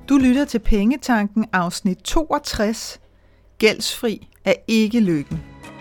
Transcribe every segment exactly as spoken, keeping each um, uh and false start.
Du lytter til Pengetanken afsnit toogtres. Gældsfri er ikke lykken.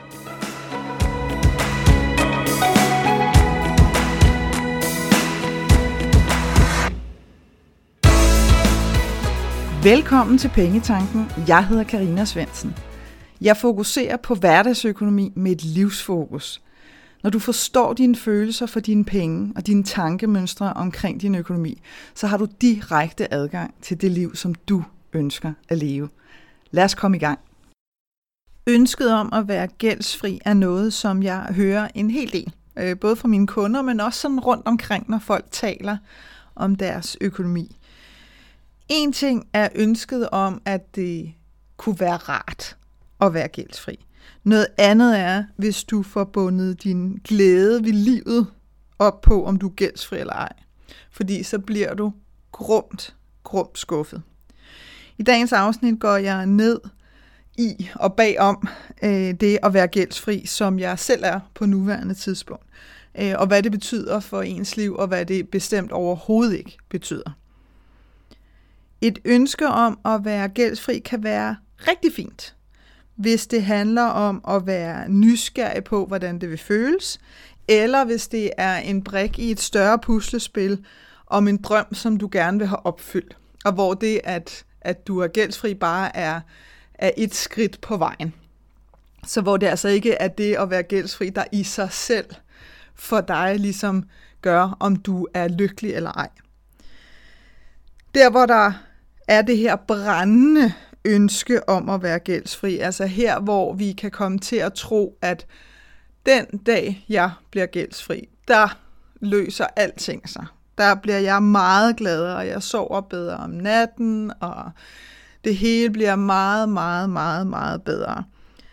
Velkommen til Pengetanken. Jeg hedder Karina Svendsen. Jeg fokuserer på hverdagsøkonomi med et livsfokus. Når du forstår dine følelser for dine penge og dine tankemønstre omkring din økonomi, så har du direkte adgang til det liv, som du ønsker at leve. Lad os komme i gang. Ønsket om at være gældsfri er noget, som jeg hører en hel del. Både fra mine kunder, men også sådan rundt omkring, når folk taler om deres økonomi. En ting er ønsket om, at det kunne være rart at være gældsfri. Noget andet er, hvis du får bundet din glæde ved livet op på, om du er gældsfri eller ej. Fordi så bliver du grumt, grumt skuffet. I dagens afsnit går jeg ned i og bagom øh, det at være gældsfri, som jeg selv er på nuværende tidspunkt. Øh, og hvad det betyder for ens liv, og hvad det bestemt overhovedet ikke betyder. Et ønske om at være gældsfri kan være rigtig fint, hvis det handler om at være nysgerrig på, hvordan det vil føles, eller hvis det er en brik i et større puslespil om en drøm, som du gerne vil have opfyldt, og hvor det, at, at du er gældsfri, bare er, er et skridt på vejen. Så hvor det altså ikke er det at være gældsfri, der i sig selv for dig ligesom gør, om du er lykkelig eller ej. Der, hvor der er det her brændende ønske om at være gældsfri, altså her, hvor vi kan komme til at tro, at den dag, jeg bliver gældsfri, der løser alting sig. Der bliver jeg meget gladere, og jeg sover bedre om natten, og det hele bliver meget, meget, meget, meget bedre.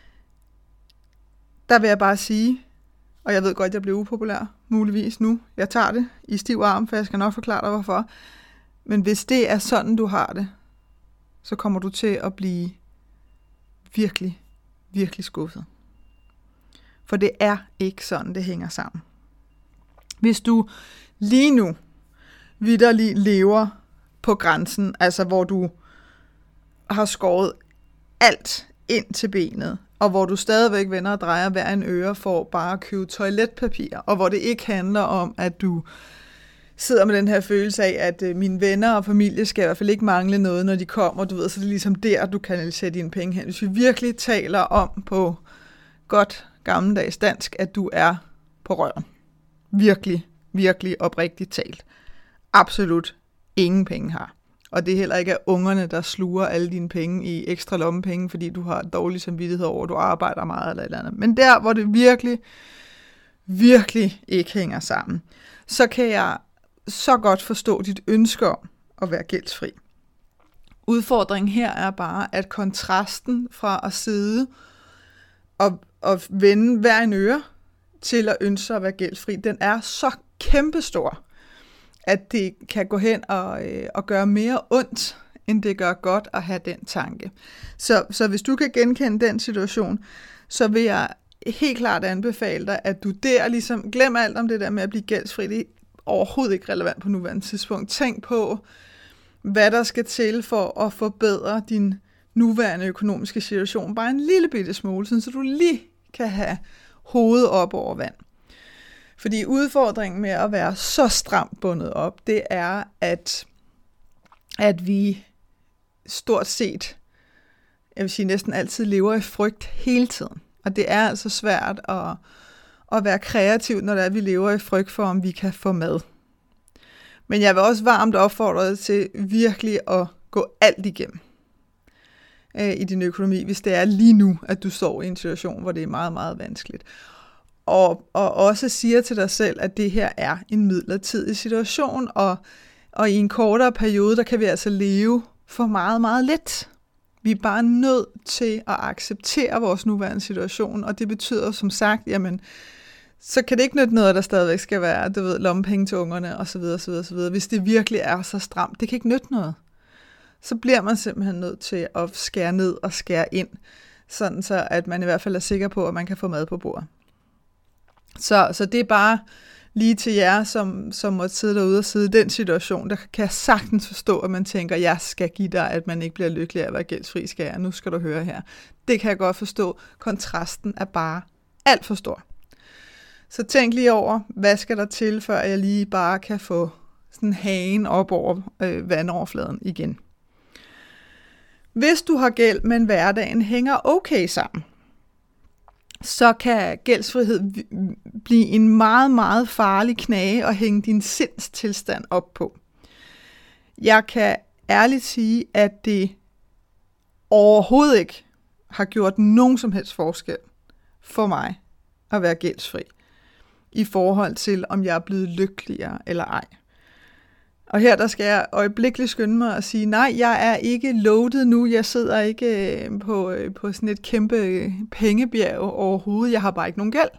Der vil jeg bare sige, og jeg ved godt, at jeg bliver upopulær, muligvis nu. Jeg tager det i stiv arm, for jeg skal nok forklare dig, hvorfor. Men hvis det er sådan, du har det, så kommer du til at blive virkelig, virkelig skuffet. For det er ikke sådan, det hænger sammen. Hvis du lige nu vitterligt lever på grænsen, altså hvor du har skåret alt ind til benet, og hvor du stadigvæk vender og drejer hver en øre for bare at købe toiletpapir, og hvor det ikke handler om, at du sidder med den her følelse af, at øh, mine venner og familie skal i hvert fald ikke mangle noget, når de kommer, du ved, så det er ligesom der, du kanaliserer dine penge hen. Hvis vi virkelig taler om på godt gammeldags dansk, at du er på røven. Virkelig, virkelig oprigtigt talt. Absolut ingen penge har. Og det er heller ikke af ungerne, der sluger alle dine penge i ekstra lommepenge, fordi du har dårlig samvittighed over, at du arbejder meget eller et eller andet. Men der, hvor det virkelig, virkelig ikke hænger sammen, så kan jeg så godt forstå dit ønske om at være gældsfri. Udfordringen her er bare, at kontrasten fra at sidde og, og vende hver en øre til at ønske at være gældsfri, den er så kæmpestor, at det kan gå hen og, øh, og gøre mere ondt, end det gør godt at have den tanke. Så, så hvis du kan genkende den situation, så vil jeg helt klart anbefale dig, at du der ligesom glemmer alt om det der med at blive gældsfri. Det er overhovedet ikke relevant på nuværende tidspunkt. Tænk på, hvad der skal til for at forbedre din nuværende økonomiske situation. Bare en lille bitte smule, så du lige kan have hovedet op over vand. Fordi udfordringen med at være så stramt bundet op, det er, at, at vi stort set, jeg vil sige næsten altid, lever i frygt hele tiden. Og det er altså svært at at være kreativ, når det er, vi lever i frygt for, om vi kan få mad. Men jeg vil også varmt opfordre dig til virkelig at gå alt igennem øh, i din økonomi, hvis det er lige nu, at du står i en situation, hvor det er meget, meget vanskeligt. Og, og også siger til dig selv, at det her er en midlertidig situation, og, og i en kortere periode, der kan vi altså leve for meget, meget lidt. Vi er bare nødt til at acceptere vores nuværende situation, og det betyder som sagt, jamen, så kan det ikke nytte noget, der stadigvæk skal være, du ved, lommepenge til ungerne, osv., osv., osv. Hvis det virkelig er så stramt, det kan ikke nytte noget. Så bliver man simpelthen nødt til at skære ned og skære ind, sådan så at man i hvert fald er sikker på, at man kan få mad på bordet. Så, så det er bare lige til jer, som, som måtte sidde derude og sidde i den situation, der kan jeg sagtens forstå, at man tænker, jeg skal give dig, at man ikke bliver lykkelig af at være gældsfri, skal jeg. Nu skal du høre her. Det kan jeg godt forstå. Kontrasten er bare alt for stor. Så tænk lige over, hvad skal der til, før jeg lige bare kan få sådan hagen op over øh, vandoverfladen igen. Hvis du har gæld, men hverdagen hænger okay sammen, så kan gældsfrihed blive en meget, meget farlig knage at hænge din sindstilstand op på. Jeg kan ærligt sige, at det overhovedet ikke har gjort nogen som helst forskel for mig at være gældsfri, i forhold til, om jeg er blevet lykkeligere eller ej. Og her der skal jeg øjeblikkeligt skynde mig at sige, nej, jeg er ikke loaded nu, jeg sidder ikke på, på sådan et kæmpe pengebjerg overhovedet, jeg har bare ikke nogen gæld.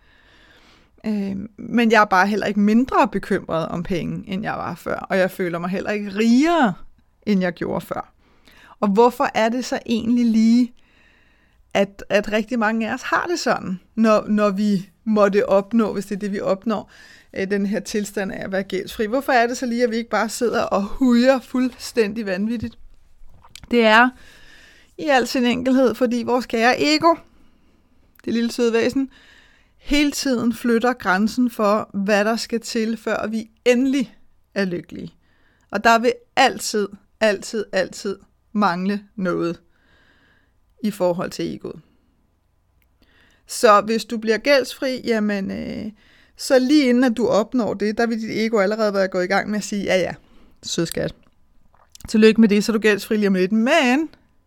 Men jeg er bare heller ikke mindre bekymret om penge, end jeg var før, og jeg føler mig heller ikke rigere, end jeg gjorde før. Og hvorfor er det så egentlig lige, at, at rigtig mange af os har det sådan, når, når vi måtte opnå, hvis det er det, vi opnår, den her tilstand af at være gældsfri. Hvorfor er det så lige, at vi ikke bare sidder og hujer fuldstændig vanvittigt? Det er i al sin enkelhed, fordi vores kære ego, det lille søde væsen, hele tiden flytter grænsen for, hvad der skal til, før vi endelig er lykkelige. Og der vil altid, altid, altid mangle noget i forhold til egoet. Så hvis du bliver gældsfri, jamen, øh, så lige inden at du opnår det, der vil dit ego allerede være gået i gang med at sige, ja ja, sød skat. Tillykke med det, så er du gældsfri lige om lidt. Men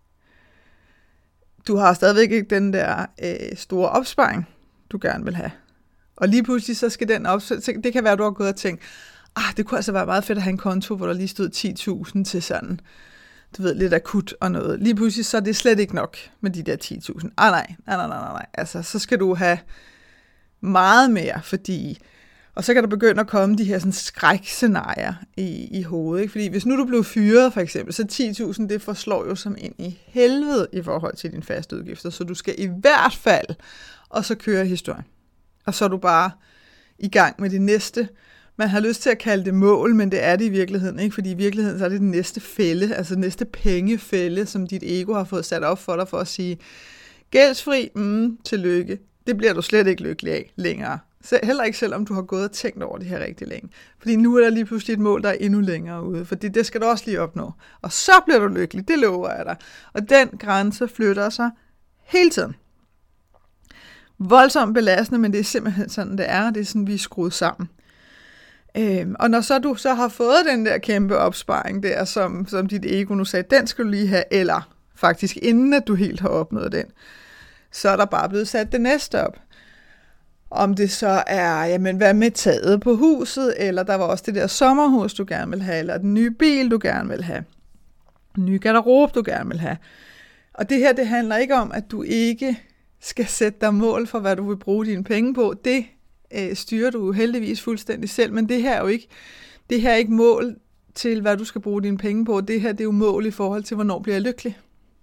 du har stadigvæk ikke den der øh, store opsparing, du gerne vil have. Og lige pludselig så skal den opsparing, det kan være, at du har gået og tænkt, ah, det kunne altså være meget fedt at have en konto, hvor der lige stod ti tusind til sådan, du ved, lidt akut og noget. Lige pludselig så er det slet ikke nok med de der ti tusind. Ah nej, nej, nej, nej, nej. Altså, så skal du have meget mere, fordi, og så kan der begynde at komme de her sådan skrækscenarier i, i hovedet, ikke? Fordi hvis nu du blev fyret for eksempel, så ti tusind, det forslår jo som ind i helvede i forhold til dine faste udgifter, så du skal i hvert fald, og så køre historien. Og så er du bare i gang med det næste. Man har lyst til at kalde det mål, men det er det i virkeligheden ikke, fordi i virkeligheden så er det den næste fælde, altså den næste pengefælde, som dit ego har fået sat op for dig for at sige, gældsfri, mm, tillykke. Det bliver du slet ikke lykkelig af længere. Heller ikke selvom du har gået og tænkt over det her rigtig længe. Fordi nu er der lige pludselig et mål, der er endnu længere ude. Fordi det skal du også lige opnå. Og så bliver du lykkelig, det lover jeg dig. Og den grænse flytter sig hele tiden. Voldsomt belastende, men det er simpelthen sådan, det er. Det er sådan, vi er skruet sammen. Øhm, og når så du så har fået den der kæmpe opsparing der, som, som dit ego nu sagde, den skal du lige have, eller faktisk inden at du helt har opnået den, så er der bare blevet sat det næste op. Om det så er, jamen hvad med taget på huset, eller der var også det der sommerhus, du gerne vil have, eller den nye bil, du gerne vil have, den nye garderobe, du gerne vil have. Og det her, det handler ikke om, at du ikke skal sætte dig mål for, hvad du vil bruge dine penge på. Det øh, styrer du heldigvis fuldstændig selv, men det her er jo ikke, det her er ikke mål til, hvad du skal bruge dine penge på. Det her, det er jo mål i forhold til, hvornår bliver jeg lykkelig.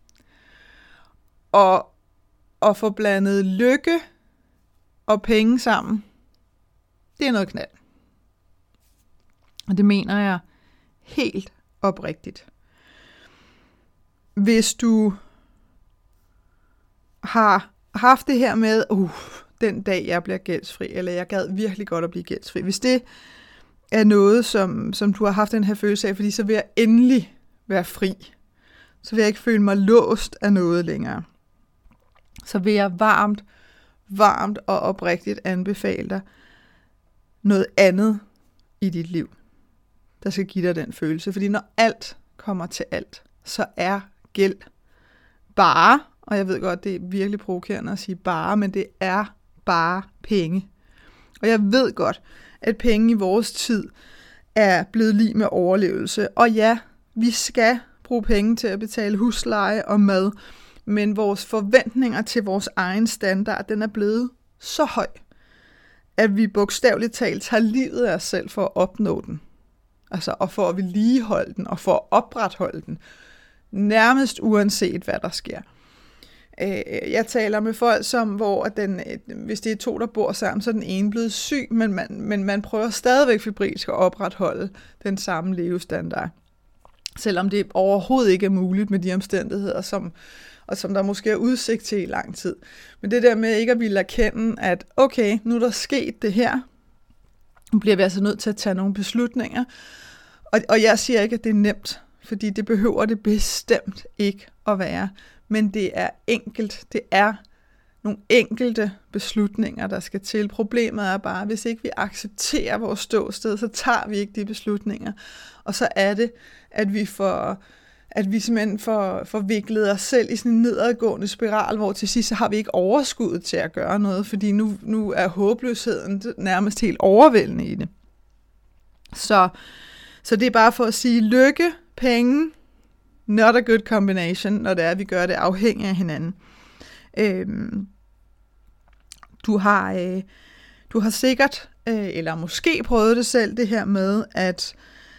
Og at få blandet lykke og penge sammen, det er noget knald. Og det mener jeg helt oprigtigt. Hvis du har haft det her med, uh, den dag jeg bliver gældsfri, eller jeg gad virkelig godt at blive gældsfri, hvis det er noget, som, som du har haft den her følelse af, fordi så vil jeg endelig være fri, så vil jeg ikke føle mig låst af noget længere, så vil jeg varmt, varmt og oprigtigt anbefale dig noget andet i dit liv, der skal give dig den følelse. Fordi når alt kommer til alt, så er gæld bare, og jeg ved godt, det er virkelig provokerende at sige bare, men det er bare penge. Og jeg ved godt, at penge i vores tid er blevet lig med overlevelse. Og ja, vi skal bruge penge til at betale husleje og mad, men vores forventninger til vores egen standard, den er blevet så høj, at vi bogstaveligt talt tager livet af os selv for at opnå den. Altså, og for at vedligeholde den, og for at opretholde den. Nærmest uanset, hvad der sker. Jeg taler med folk, som, hvor den, hvis det er to, der bor sammen, så er den ene blevet syg, men man, men man prøver stadigvæk febrilsk at opretholde den samme levestandard. Selvom det overhovedet ikke er muligt med de omstændigheder, som, og som der måske er udsigt til i lang tid. Men det der med ikke at ville erkende, at okay, nu er der sket det her, nu bliver vi altså nødt til at tage nogle beslutninger. Og, og jeg siger ikke, at det er nemt, fordi det behøver det bestemt ikke at være. Men det er enkelt. Det er nogle enkelte beslutninger, der skal til. Problemet er bare, hvis ikke vi accepterer vores ståsted, så tager vi ikke de beslutninger. Og så er det, at vi får, at vi simpelthen får, får viklet os selv i sådan en nedadgående spiral, hvor til sidst så har vi ikke overskuddet til at gøre noget, fordi nu, nu er håbløsheden nærmest helt overvældende i det. Så, så det er bare for at sige, lykke, penge, not a good combination, når det er, at vi gør det afhængigt af hinanden. Øhm, du har, øh, du har sikkert, øh, eller måske prøvet det selv, det her med, at,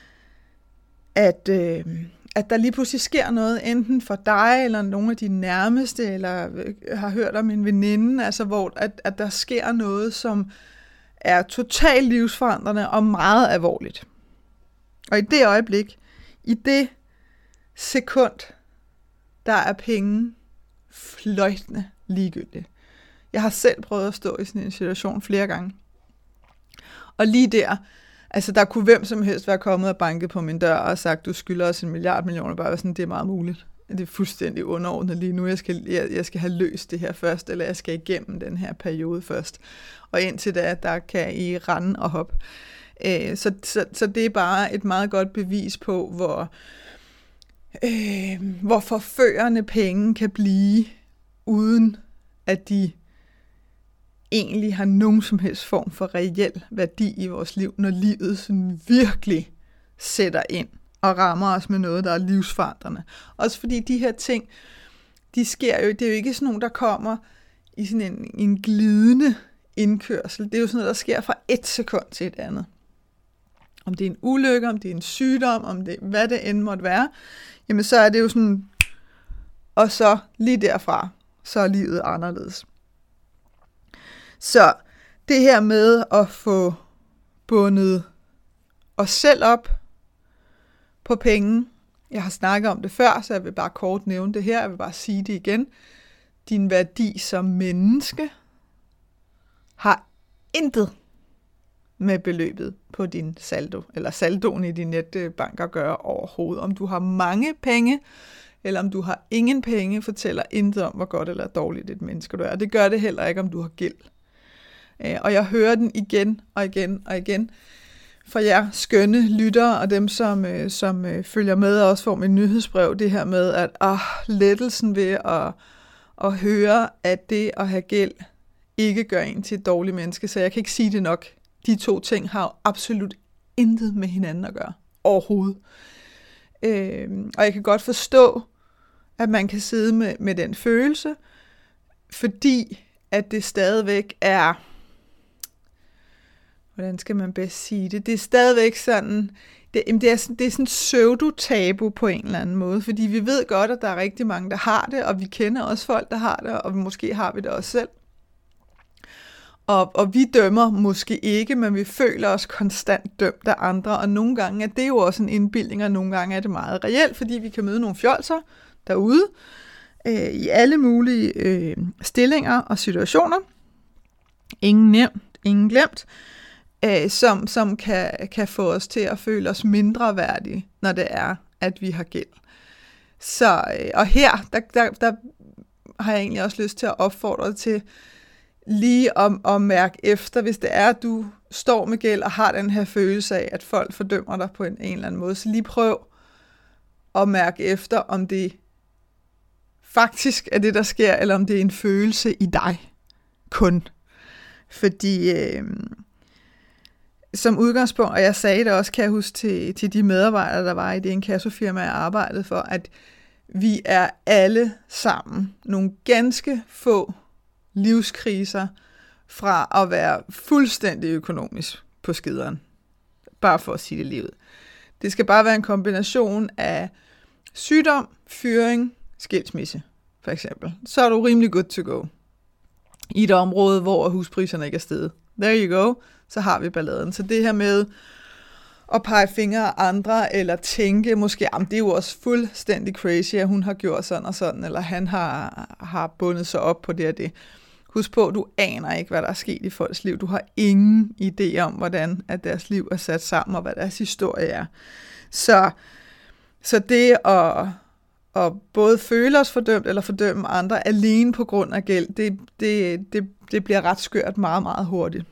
at, øh, at der lige pludselig sker noget, enten for dig, eller nogle af dine nærmeste, eller øh, har hørt om en veninde, altså hvor at, at der sker noget, som er totalt livsforandrende og meget alvorligt. Og i det øjeblik, i det sekund, der er penge fløjtende ligegyldigt. Jeg har selv prøvet at stå i sådan en situation flere gange. Og lige der, altså der kunne hvem som helst være kommet og banket på min dør og sagt, du skylder os en milliard millioner, bare sådan, det er meget muligt. Det er fuldstændig underordnet lige nu. Jeg skal, jeg, jeg skal have løst det her først, eller jeg skal igennem den her periode først. Og indtil da, der kan I rende og hoppe. Øh, så, så, så det er bare et meget godt bevis på, hvor Øh, hvor forførende penge kan blive, uden at de egentlig har nogen som helst form for reel værdi i vores liv, når livet sådan virkelig sætter ind og rammer os med noget, der er livsforandrende. Også fordi de her ting, de sker jo, det er jo ikke sådan nogle, der kommer i sådan en, en glidende indkørsel. Det er jo sådan noget, der sker fra et sekund til et andet. Om det er en ulykke, om det er en sygdom, om det hvad det end måtte være, jamen så er det jo sådan, og så lige derfra, så er livet anderledes. Så det her med at få bundet os selv op på penge, jeg har snakket om det før, så jeg vil bare kort nævne det her, jeg vil bare sige det igen. Din værdi som menneske har intet med beløbet på din saldo, eller saldoen i din netbank at gøre overhovedet. Om du har mange penge, eller om du har ingen penge, fortæller intet om, hvor godt eller dårligt et menneske du er. Og det gør det heller ikke, om du har gæld. Og jeg hører den igen og igen og igen fra jer skønne lyttere, og dem, som, som følger med og også får mit nyhedsbrev, det her med, at ah, lettelsen ved at, at høre, at det at have gæld ikke gør en til et dårligt menneske. Så jeg kan ikke sige det nok. De to ting har jo absolut intet med hinanden at gøre. Overhovedet. Øh, og jeg kan godt forstå, at man kan sidde med, med den følelse, fordi at det stadigvæk er, hvordan skal man bedst sige det, det er stadigvæk sådan, det, det, er, det er sådan pseudo-tabu på en eller anden måde, fordi vi ved godt, at der er rigtig mange, der har det, og vi kender også folk, der har det, og måske har vi det også selv. Og, og vi dømmer måske ikke, men vi føler os konstant dømt af andre, og nogle gange er det jo også en indbildning, og nogle gange er det meget reelt, fordi vi kan møde nogle fjolser derude, øh, i alle mulige øh, stillinger og situationer, ingen nævnt, ingen glemt, øh, som, som kan, kan få os til at føle os mindre værdige, når det er, at vi har gæld. Så, øh, og her, der, der, der har jeg egentlig også lyst til at opfordre dig til, lige om at mærke efter, hvis det er, at du står med gæld og har den her følelse af, at folk fordømmer dig på en, en eller anden måde. Så lige prøv at mærke efter, om det faktisk er det, der sker, eller om det er en følelse i dig kun. Fordi øh, som udgangspunkt, og jeg sagde det også, kan jeg huske til, til de medarbejdere, der var i det inkassofirma, jeg arbejdede for, at vi er alle sammen nogle ganske få livskriser fra at være fuldstændig økonomisk på skideren. Bare for at sige det livet. Det skal bare være en kombination af sygdom, fyring, skilsmisse. for eksempel, så er du rimelig good to go. I et område, hvor huspriserne ikke er steget. There you go, så har vi balladen. Så det her med at pege fingre af andre, eller tænke måske, jamen det er jo også fuldstændig crazy, at hun har gjort sådan og sådan, eller han har, har bundet sig op på det og det. Husk på, du aner ikke, hvad der er sket i folks liv. Du har ingen idé om, hvordan at deres liv er sat sammen, og hvad deres historie er. Så, så det at, at både føle os fordømt, eller fordømme andre alene på grund af gæld, det, det, det, det bliver ret skørt meget, meget hurtigt.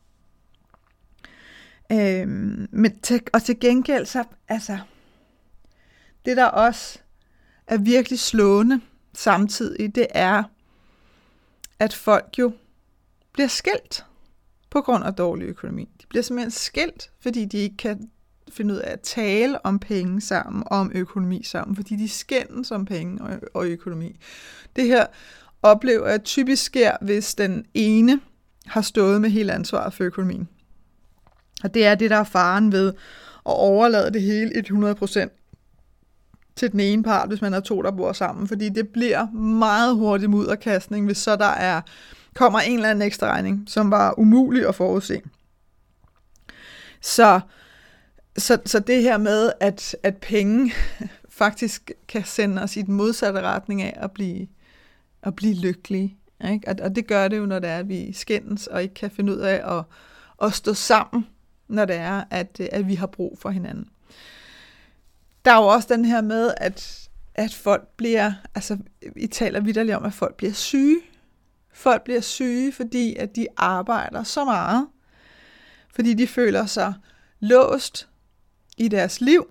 Øhm, men til, og til gengæld, så, altså, det der også er virkelig slående samtidig, det er, at folk jo bliver skilt på grund af dårlig økonomi. De bliver simpelthen skilt, fordi de ikke kan finde ud af at tale om penge sammen, og om økonomi sammen, fordi de skændes om penge og, og økonomi. Det her oplever jeg typisk sker, hvis den ene har stået med hele ansvaret for økonomien. Og det er det, der er faren ved at overlade det hele hundrede procent til den ene part, hvis man er to, der bor sammen. Fordi det bliver meget hurtigt mudderkastning, hvis så der er, kommer en eller anden ekstra regning, som var umulig at forudse. Så, så, så det her med, at, at penge faktisk kan sende os i den modsatte retning af at blive, at blive lykkelige. Ikke? Og, og det gør det jo, når det er, at vi skændes og ikke kan finde ud af at, at stå sammen, når det er, at, at vi har brug for hinanden. Der er jo også den her med, at, at folk bliver, altså vi taler vitterligt om, at folk bliver syge. Folk bliver syge, fordi at de arbejder så meget, fordi de føler sig låst i deres liv,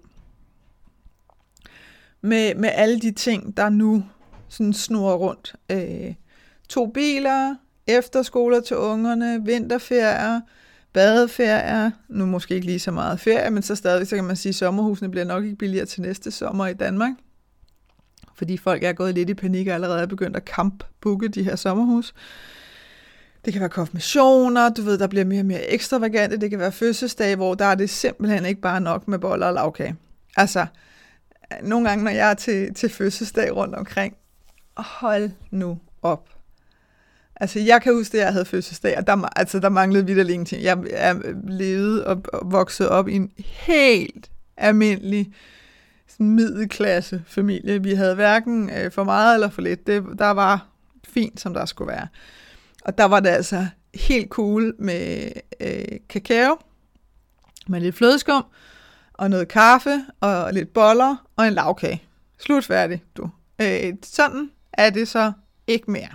med, med alle de ting, der nu sådan snurrer rundt. Øh, to biler, efterskoler til ungerne, vinterferier, badeferier, nu måske ikke lige så meget ferie, men så stadig, så kan man sige, at sommerhusene bliver nok ikke billigere til næste sommer i Danmark, fordi folk er gået lidt i panik og allerede er begyndt at kampbooke de her sommerhus. Det kan være konfirmationer, du ved, der bliver mere og mere ekstravagante, det kan være fødselsdage, hvor der er det simpelthen ikke bare nok med boller og lagkage. Altså, nogle gange, når jeg er til, til fødselsdag rundt omkring, hold nu op. Altså, jeg kan huske, at jeg havde fødselsdag, og der, altså, der manglede vitterlig ingenting. Jeg er levet og, og vokset op i en helt almindelig sådan middelklasse familie. Vi havde hverken øh, for meget eller for lidt. Det, der var fint, som der skulle være. Og der var det altså helt cool med øh, kakao, med lidt flødeskum, og noget kaffe, og lidt boller, og en lagkage. Slut færdig, du. Øh, sådan er det så ikke mere.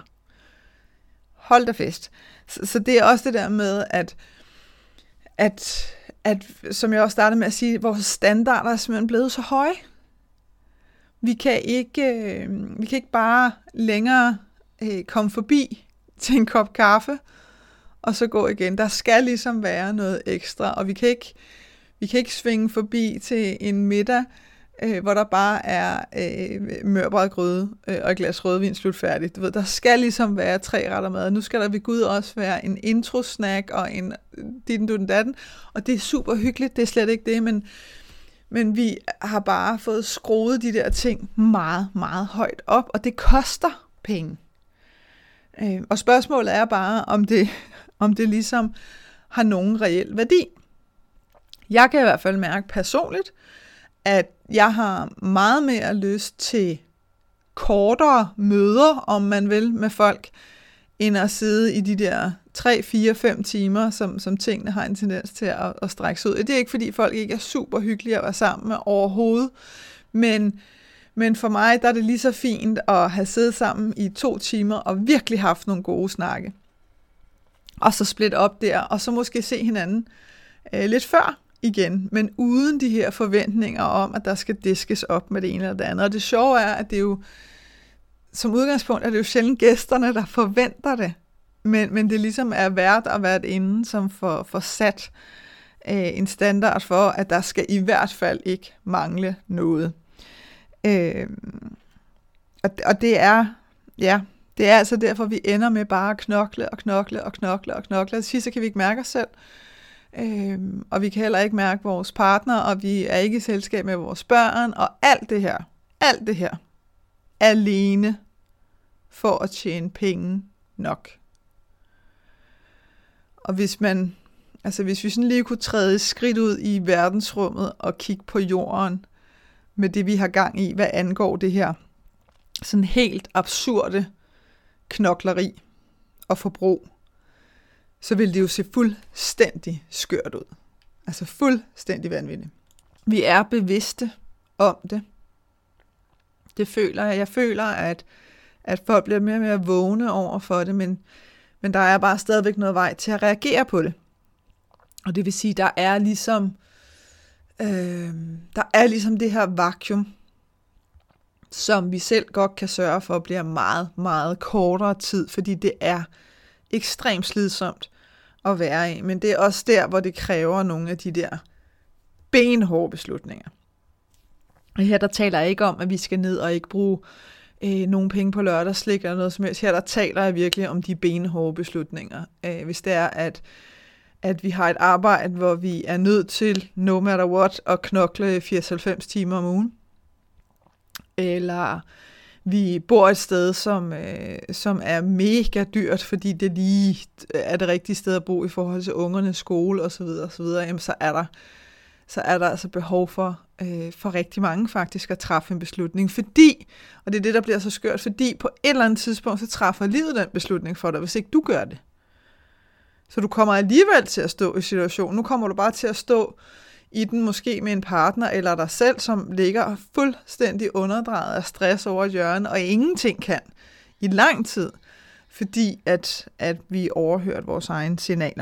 Hold da fest. Så, så det er også det der med, at, at, at, som jeg også startede med at sige, vores standarder er simpelthen blevet så høje. Vi kan ikke, øh, vi kan ikke bare længere øh, komme forbi til en kop kaffe, og så gå igen. Der skal ligesom være noget ekstra, og vi kan ikke, vi kan ikke svinge forbi til en middag, øh, hvor der bare er øh, mørbrødgryde øh, og et glas rødvin slutfærdigt. Du ved, der skal ligesom være tre retter mad. Nu skal der ved Gud også være en intro-snack og en ditten dutten datten, og det er super hyggeligt, det er slet ikke det, men, men vi har bare fået skruet de der ting meget, meget højt op, og det koster penge. Øh, og spørgsmålet er bare, om det, om det ligesom har nogen reel værdi. Jeg kan i hvert fald mærke personligt, at jeg har meget mere lyst til kortere møder, om man vil, med folk, end at sidde i de der tre, fire, fem timer, som, som tingene har en tendens til at, at strække sig ud. Det er ikke, fordi folk ikke er super hyggelige at være sammen med overhovedet, men, men for mig der er det lige så fint at have siddet sammen i to timer og virkelig haft nogle gode snakke. Og så splitte op der, og så måske se hinanden øh, lidt før igen, men uden de her forventninger om, at der skal diskes op med det ene eller det andet. Og det sjove er, at det er jo, som udgangspunkt er det jo sjældent gæsterne, der forventer det, men, men det ligesom er vært og vært inden, som får, får sat øh, en standard for, at der skal i hvert fald ikke mangle noget. Øh, og, og det er, ja, det er altså derfor, vi ender med bare at knokle og knokle og knokle og knokle. Og til sidst, så kan vi ikke mærke os selv. Øhm, og vi kan heller ikke mærke vores partner, og vi er ikke i selskab med vores børn, og alt det her, alt det her, alene for at tjene penge nok. Og hvis man, altså hvis vi sådan lige kunne træde et skridt ud i verdensrummet og kigge på jorden med det, vi har gang i, hvad angår det her sådan helt absurde knokleri og forbrug, så vil det jo se fuldstændig skørt ud. Altså fuldstændig vanvittigt. Vi er bevidste om det. Det føler jeg. Jeg føler, at, at folk bliver mere og mere vågne over for det, men, men der er bare stadigvæk noget vej til at reagere på det. Og det vil sige, der er ligesom, øh, der er ligesom det her vakuum, som vi selv godt kan sørge for bliver meget, meget kortere tid, fordi det er ekstremt slidsomt at være i. Men det er også der, hvor det kræver nogle af de der benhårde beslutninger. Og her der taler jeg ikke om, at vi skal ned og ikke bruge øh, nogen penge på lørdagsslik eller noget som helst. Her der taler jeg virkelig om de benhårde beslutninger. Øh, hvis det er, at, at vi har et arbejde, hvor vi er nødt til, no matter what, at knokle firs til halvfems timer om ugen. Eller vi bor et sted, som, øh, som er mega dyrt, fordi det lige er det rigtige sted at bo i forhold til ungernes skole osv. osv. Jamen, så er der så er der altså behov for, øh, for rigtig mange faktisk at træffe en beslutning. Fordi, og det er det, der bliver så skørt, fordi på et eller andet tidspunkt, så træffer livet den beslutning for dig, hvis ikke du gør det. Så du kommer alligevel til at stå i situationen. Nu kommer du bare til at stå i den måske med en partner eller dig selv, som ligger fuldstændig underdrejet af stress over et hjørne, og ingenting kan i lang tid, fordi at, at vi overhørte vores egne signaler.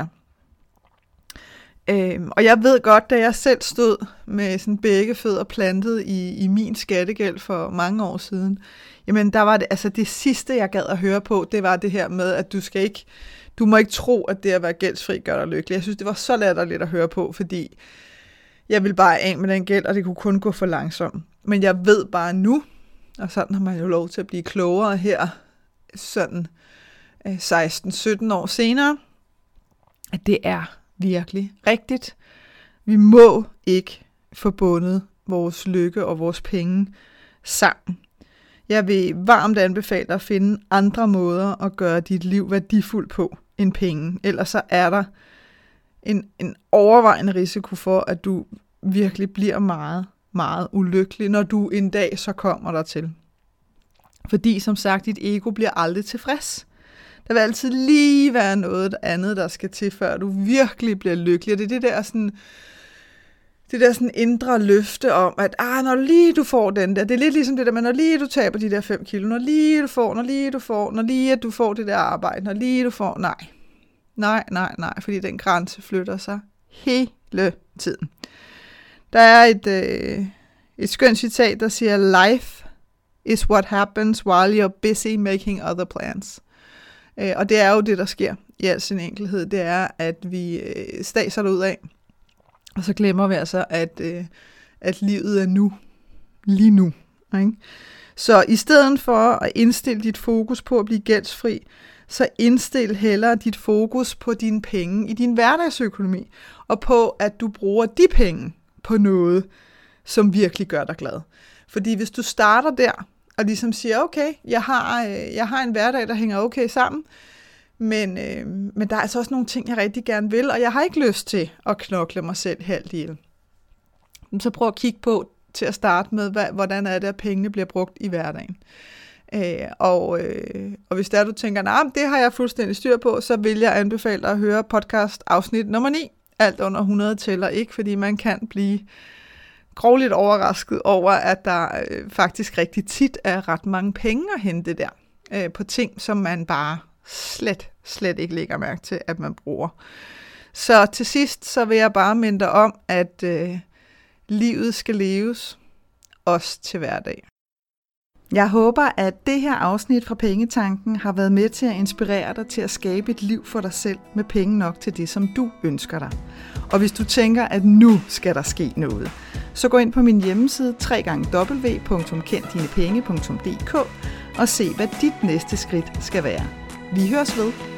Øhm, og jeg ved godt, da jeg selv stod med sådan begge fødder plantet i, i min skattegæld for mange år siden, jamen der var det, altså det sidste, jeg gad at høre på, det var det her med, at du skal ikke, du må ikke tro, at det at være gældsfri gør dig lykkelig. Jeg synes, det var så latterligt at høre på, fordi jeg vil bare af med den gæld, og det kunne kun gå for langsomt. Men jeg ved bare nu, og sådan har man jo lov til at blive klogere her, sådan seksten sytten år senere, at det er virkelig rigtigt. Vi må ikke forbundet vores lykke og vores penge sammen. Jeg vil varmt anbefale dig at finde andre måder at gøre dit liv værdifuldt på end penge. Ellers så er der en, en overvejende risiko for, at du virkelig bliver meget, meget ulykkelig, når du en dag så kommer der til. Fordi som sagt, dit ego bliver aldrig tilfreds. Der vil altid lige være noget andet, der skal til, før du virkelig bliver lykkelig. Og det er det der sådan, det der sådan indre løfte om, at ah, når lige du får den der, det er lidt ligesom det der med, når lige du taber de der fem kilo, når lige du får, når lige du får, når lige at du får det der arbejde, når lige du får, nej. Nej, nej, nej, fordi den grænse flytter sig hele tiden. Der er et, øh, et skønt citat, der siger, life is what happens while you're busy making other plans. Øh, og det er jo det, der sker i al sin enkelhed. Det er, at vi øh, staser det ud af, og så glemmer vi altså, at, øh, at livet er nu, lige nu. Ikke? Så i stedet for at indstille dit fokus på at blive gældsfri, så indstil hellere dit fokus på dine penge i din hverdagsøkonomi, og på, at du bruger de penge på noget, som virkelig gør dig glad. Fordi hvis du starter der, og ligesom siger, okay, jeg har, jeg har en hverdag, der hænger okay sammen, men, øh, men der er altså også nogle ting, jeg rigtig gerne vil, og jeg har ikke lyst til at knokle mig selv halvt ihjel. Så prøv at kigge på til at starte med, hvad, hvordan er det, at pengene bliver brugt i hverdagen. Øh, og, øh, og hvis der du tænker, nej, nah, det har jeg fuldstændig styr på, så vil jeg anbefale dig at høre podcast afsnit nummer ni. Alt under hundrede tæller ikke, fordi man kan blive grovligt overrasket over, at der øh, faktisk rigtig tit er ret mange penge at hente der, øh, på ting, som man bare slet, slet ikke lægger mærke til, at man bruger. Så til sidst, så vil jeg bare minde dig om, at øh, livet skal leves, også til hverdag. Jeg håber, at det her afsnit fra Pengetanken har været med til at inspirere dig til at skabe et liv for dig selv med penge nok til det, som du ønsker dig. Og hvis du tænker, at nu skal der ske noget, så gå ind på min hjemmeside w w w punktum kend dine penge punktum d k og se, hvad dit næste skridt skal være. Vi høres ved.